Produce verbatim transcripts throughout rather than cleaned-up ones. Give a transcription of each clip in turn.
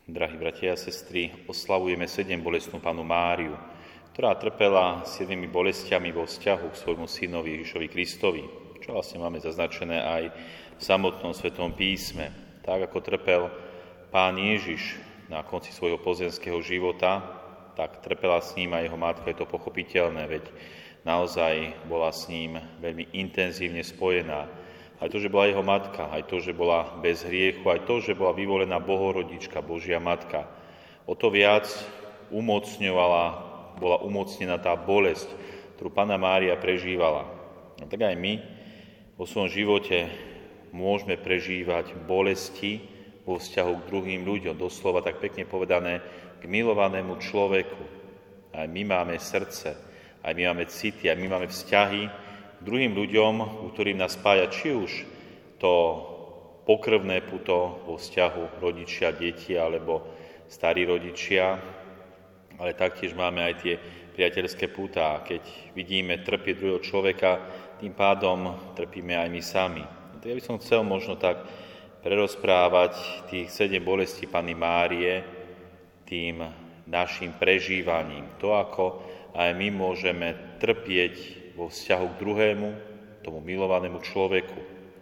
Drahí bratia a sestry, oslavujeme sedem bolestnú Pannu Máriu, ktorá trpela siedmimi bolestiami vo vzťahu k svojmu synovi Ježišovi Kristovi, čo vlastne máme zaznačené aj v samotnom Svetom písme. Tak ako trpel Pán Ježiš na konci svojho pozemského života, tak trpela s ním aj jeho matka, je to pochopiteľné, veď naozaj bola s ním veľmi intenzívne spojená. Aj to, že bola jeho matka, aj to, že bola bez hriechu, aj to, že bola vyvolená Bohorodička, Božia matka. O to viac umocňovala, bola umocnená tá bolesť, ktorú Panna Mária prežívala. A tak aj my vo svojom živote môžeme prežívať bolesti vo vzťahu k druhým ľuďom, doslova tak pekne povedané, k milovanému človeku. Aj my máme srdce, aj my máme city, aj my máme vzťahy druhým ľuďom, u ktorým nás spája či už to pokrvné puto vo vzťahu rodičia, deti alebo starí rodičia, ale taktiež máme aj tie priateľské putá. Keď vidíme trpieť druhého človeka, tým pádom trpíme aj my sami. Ja by som chcel možno tak prerozprávať tých sedem bolestí Panny Márie tým našim prežívaním. To, ako aj my môžeme trpieť vo vzťahu k druhému, tomu milovanému človeku.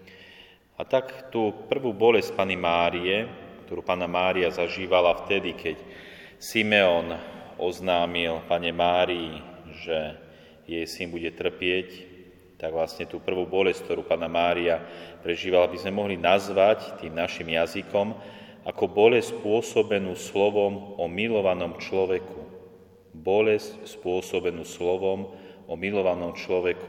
A tak tú prvú bolesť Panny Márie, ktorú Panna Mária zažívala vtedy, keď Simeon oznámil Panne Márii, že jej syn bude trpieť, tak vlastne tú prvú bolesť, ktorú Panna Mária prežívala, by sme mohli nazvať tým našim jazykom ako bolesť spôsobenú slovom o milovanom človeku. Bolesť spôsobenú slovom o milovanom človeku.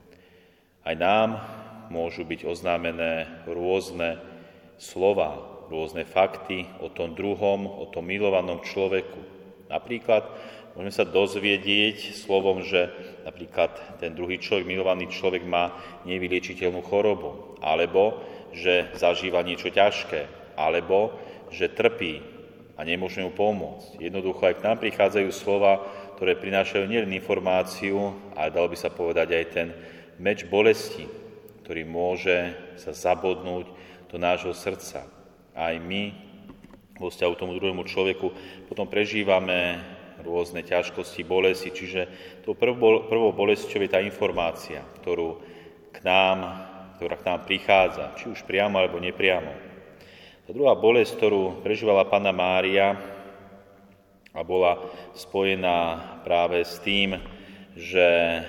Aj nám môžu byť oznámené rôzne slova, rôzne fakty o tom druhom, o tom milovanom človeku. Napríklad môžeme sa dozvedieť slovom, že napríklad ten druhý človek, milovaný človek má nevyliečiteľnú chorobu, alebo že zažíva niečo ťažké, alebo že trpí a nemôže mu pomôcť. Jednoducho aj k nám prichádzajú slova, ktoré prinášajú nielen informáciu, ale dalo by sa povedať aj ten meč bolesti, ktorý môže sa zabodnúť do nášho srdca. Aj my vo vzťahu k tomu druhému človeku potom prežívame rôzne ťažkosti, bolesti, čiže tou prvou, prvou bolesťou je tá informácia, ktorú k nám, ktorá k nám prichádza, či už priamo alebo nepriamo. Tá druhá bolesť, ktorú prežívala Panna Mária, a bola spojená práve s tým, že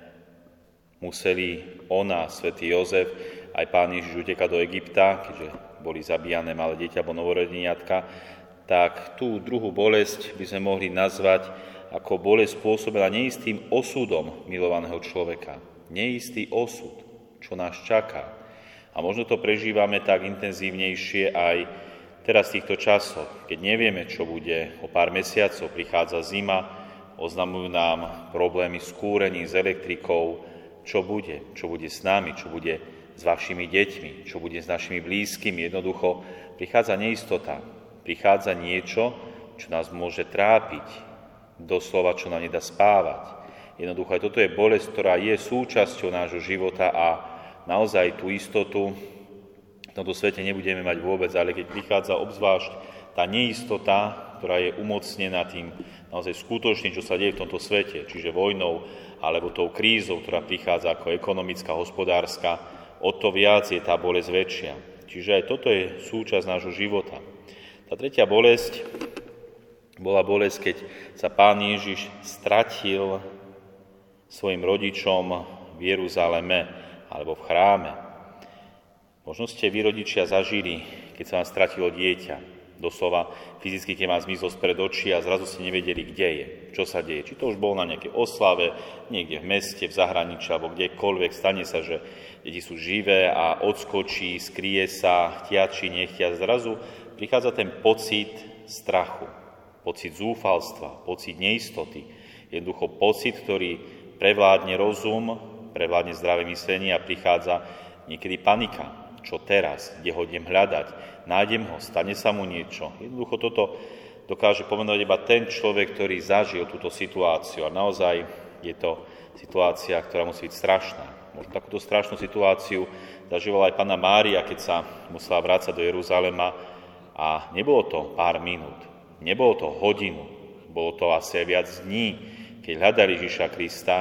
museli ona, svätý Jozef, aj Pán Ježiš utekať do Egypta, keďže boli zabíjane malé dieťa alebo novorodeniatka, tak tú druhú bolesť by sme mohli nazvať ako bolesť spôsobená neistým osudom milovaného človeka. Neistý osud, čo nás čaká. A možno to prežívame tak intenzívnejšie aj teraz v týchto časoch, keď nevieme, čo bude o pár mesiacov, prichádza zima, oznamujú nám problémy s kúrením, s elektrikou, čo bude, čo bude s nami, čo bude s vašimi deťmi, čo bude s našimi blízkymi. Jednoducho prichádza neistota, prichádza niečo, čo nás môže trápiť, doslova, čo nám nedá spávať. Jednoducho aj toto je bolesť, ktorá je súčasťou nášho života a naozaj tú istotu v tomto svete nebudeme mať vôbec, ale keď prichádza obzvlášť tá neistota, ktorá je umocnená tým naozaj skutočným, čo sa deje v tomto svete, čiže vojnou alebo tou krízou, ktorá prichádza ako ekonomická, hospodárska, o to viac je tá bolesť väčšia. Čiže aj toto je súčasť nášho života. Tá tretia bolesť bola bolesť, keď sa Pán Ježiš stratil svojim rodičom v Jeruzaleme alebo v chráme. Možno ste vy, rodičia, zažili, keď sa vám stratilo dieťa. Doslova fyzicky, keď vám zmizlo spred očí a zrazu ste nevedeli, kde je, čo sa deje. Či to už bolo na nejakej oslave, niekde v meste, v zahraničí, alebo kdekoľvek. Stane sa, že deti sú živé a odskočí, skrie sa, chtia či nechtia. Zrazu prichádza ten pocit strachu, pocit zúfalstva, pocit neistoty. Jednoducho pocit, ktorý prevládne rozum, prevládne zdravé myslenie a prichádza niekedy panika. Čo teraz? Kde ho idem hľadať? Nájdem ho? Stane sa mu niečo? Jednoducho toto dokáže pomenovať iba ten človek, ktorý zažil túto situáciu. A naozaj je to situácia, ktorá musí byť strašná. Možno takúto strašnú situáciu zažívala aj Panna Mária, keď sa musela vrácať do Jeruzalema A nebolo to pár minút, nebolo to hodinu, bolo to asi aj viac dní, keď hľadali Ježiša Krista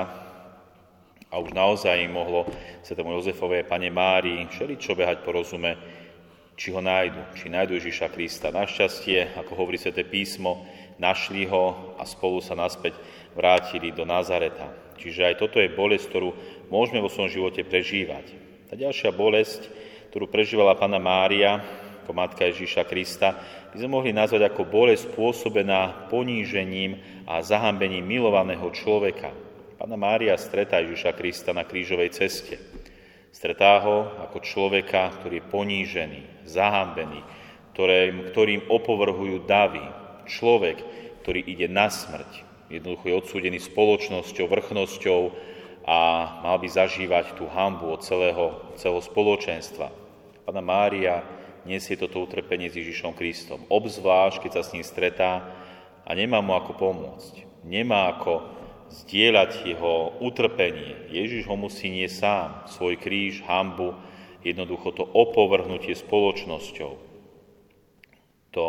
a už naozaj im mohlo svätému Jozefovej a Panne Márii všeličo behať po rozume, či ho nájdu, či nájdu Ježiša Krista. Našťastie, ako hovorí Sväté písmo, našli ho a spolu sa naspäť vrátili do Nazareta. Čiže aj toto je bolesť, ktorú môžeme vo svojom živote prežívať. Tá ďalšia bolesť, ktorú prežívala Panna Mária, ako matka Ježiša Krista, by sme mohli nazvať ako bolesť spôsobená ponížením a zahambením milovaného človeka. Panna Mária stretá Ježiša Krista na krížovej ceste. Stretá ho ako človeka, ktorý je ponížený, zahambený, ktorým, ktorým opovrhujú davy. Človek, ktorý ide na smrť. Jednoducho je odsúdený spoločnosťou, vrchnosťou a mal by zažívať tú hanbu od celého, celého spoločenstva. Panna Mária nesie toto utrpenie s Ježišom Kristom. Obzvlášť, keď sa s ním stretá a nemá mu ako pomôcť. Nemá ako zdieľať jeho utrpenie. Ježiš ho musí niesť sám, svoj kríž, hanbu, jednoducho to opovrhnutie spoločnosťou. To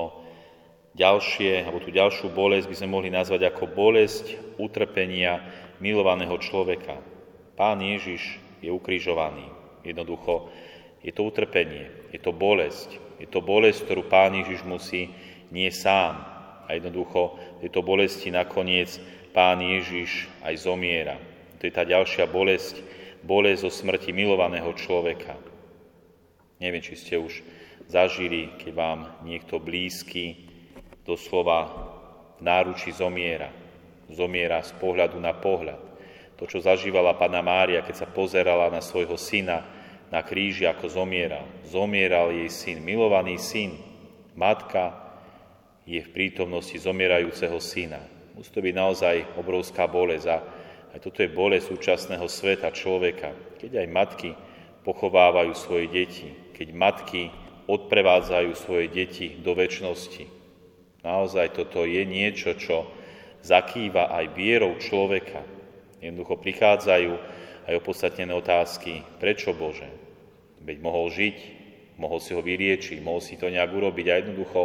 ďalšie, alebo tú ďalšiu bolesť by sme mohli nazvať ako bolesť utrpenia milovaného človeka. Pán Ježiš je ukrižovaný. Jednoducho je to utrpenie, je to bolesť. Je to bolesť, ktorú Pán Ježiš musí nie sám. A jednoducho je to bolesti nakoniec Pán Ježiš aj zomiera. To je tá ďalšia bolesť, bolesť zo smrti milovaného človeka. Neviem, či ste už zažili, keď vám niekto blízky doslova v náručí zomiera. Zomiera z pohľadu na pohľad. To, čo zažívala Panna Mária, keď sa pozerala na svojho syna na kríži, ako zomieral. Zomieral jej syn, milovaný syn. Matka je v prítomnosti zomierajúceho syna. Musí to byť naozaj obrovská bolesť. A aj toto je bolesť súčasného sveta, človeka. Keď aj matky pochovávajú svoje deti, keď matky odprevádzajú svoje deti do večnosti. Naozaj toto je niečo, čo zakýva aj vierou človeka. Jednoducho prichádzajú aj opodstatnené otázky. Prečo, Bože? Veď mohol žiť, mohol si ho vyliečiť, mohol si to nejak urobiť a jednoducho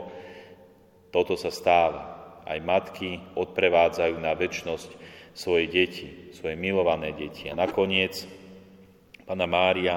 toto sa stáva. Aj matky odprevádzajú na večnosť svoje deti, svoje milované deti. A nakoniec Panna Mária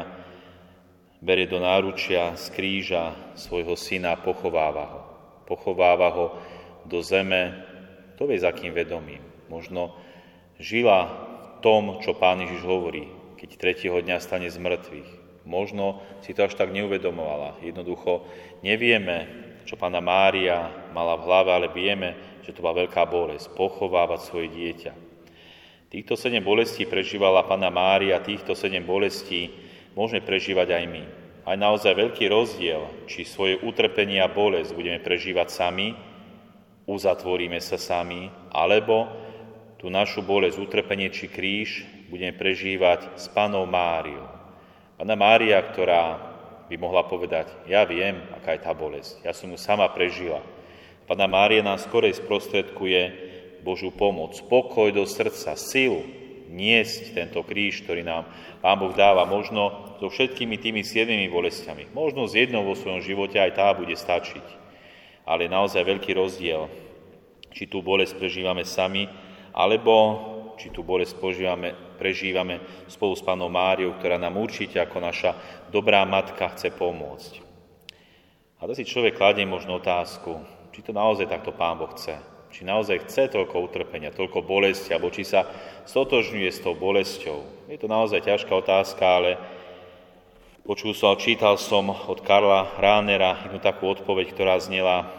berie do náručia z kríža svojho syna a pochováva ho. Pochováva ho do zeme, to vie s akým vedomím. Možno žila v tom, čo Pán Ježiš hovorí, keď tretieho dňa stane z mŕtvych. Možno si to až tak neuvedomovala. Jednoducho nevieme, čo Panna Mária mala v hlave, ale vieme, že to bola veľká bolesť, pochovávať svoje dieťa. Týchto sedem bolestí prežívala Panna Mária, týchto sedem bolestí môžeme prežívať aj my. Aj naozaj veľký rozdiel, či svoje utrpenie a bolesť budeme prežívať sami, uzatvoríme sa sami, alebo tú našu bolesť, utrpenie či kríž budeme prežívať s Pannou Máriou. Panna Mária, ktorá by mohla povedať, ja viem, aká je tá bolesť, ja som ju sama prežila. Panna Mária nám skorej sprostredkuje Božiu pomoc, pokoj do srdca, silu niesť tento kríž, ktorý nám Pán Boh dáva, možno so všetkými tými siedmimi bolestiami. Možno z jednou vo svojom živote aj tá bude stačiť. Ale je naozaj veľký rozdiel, či tú bolesť prežívame sami, alebo či tú bolesť prežívame, prežívame spolu s Pannou Máriou, ktorá nám určite ako naša dobrá matka chce pomôcť. A to si človek kladie možno otázku, či to naozaj takto Pán Boh chce. Či naozaj chce toľko utrpenia, toľko bolesti, alebo či sa stotožňuje s tou bolesťou. Je to naozaj ťažká otázka, ale počul som, čítal som od Karla Rahnera jednu takú odpoveď, ktorá znela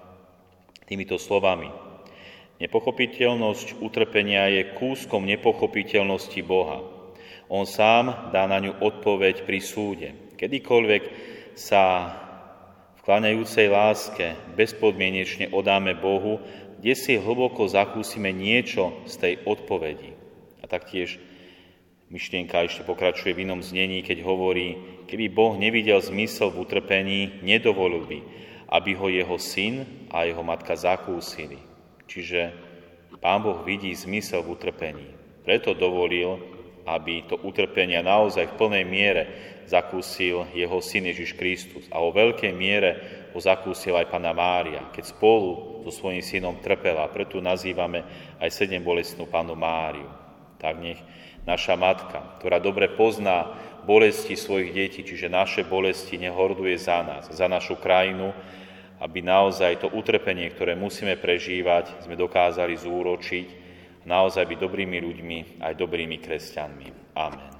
týmito slovami. Nepochopiteľnosť utrpenia je kúskom nepochopiteľnosti Boha. On sám dá na ňu odpoveď pri súde. Kedykoľvek sa v kláňajúcej láske bezpodmienečne odáme Bohu, kde si hlboko zakúsime niečo z tej odpovedi. A taktiež myšlienka ešte pokračuje v inom znení, keď hovorí, keby Boh nevidel zmysel v utrpení, nedovolil by, aby ho jeho syn a jeho matka zakúsili. Čiže Pán Boh vidí zmysel v utrpení. Preto dovolil, aby to utrpenie naozaj v plnej miere zakúsil jeho syn Ježiš Kristus a o veľkej miere ho ho zakúsila aj Panna Mária, keď spolu so svojím synom trpela. Preto nazývame aj sedem bolestnú Pannu Máriu. Tak nech naša matka, ktorá dobre pozná bolesti svojich detí, čiže naše bolesti, nehorduje za nás, za našu krajinu, aby naozaj to utrpenie, ktoré musíme prežívať, sme dokázali zúročiť, naozaj byť dobrými ľuďmi, aj dobrými kresťanmi. Amen.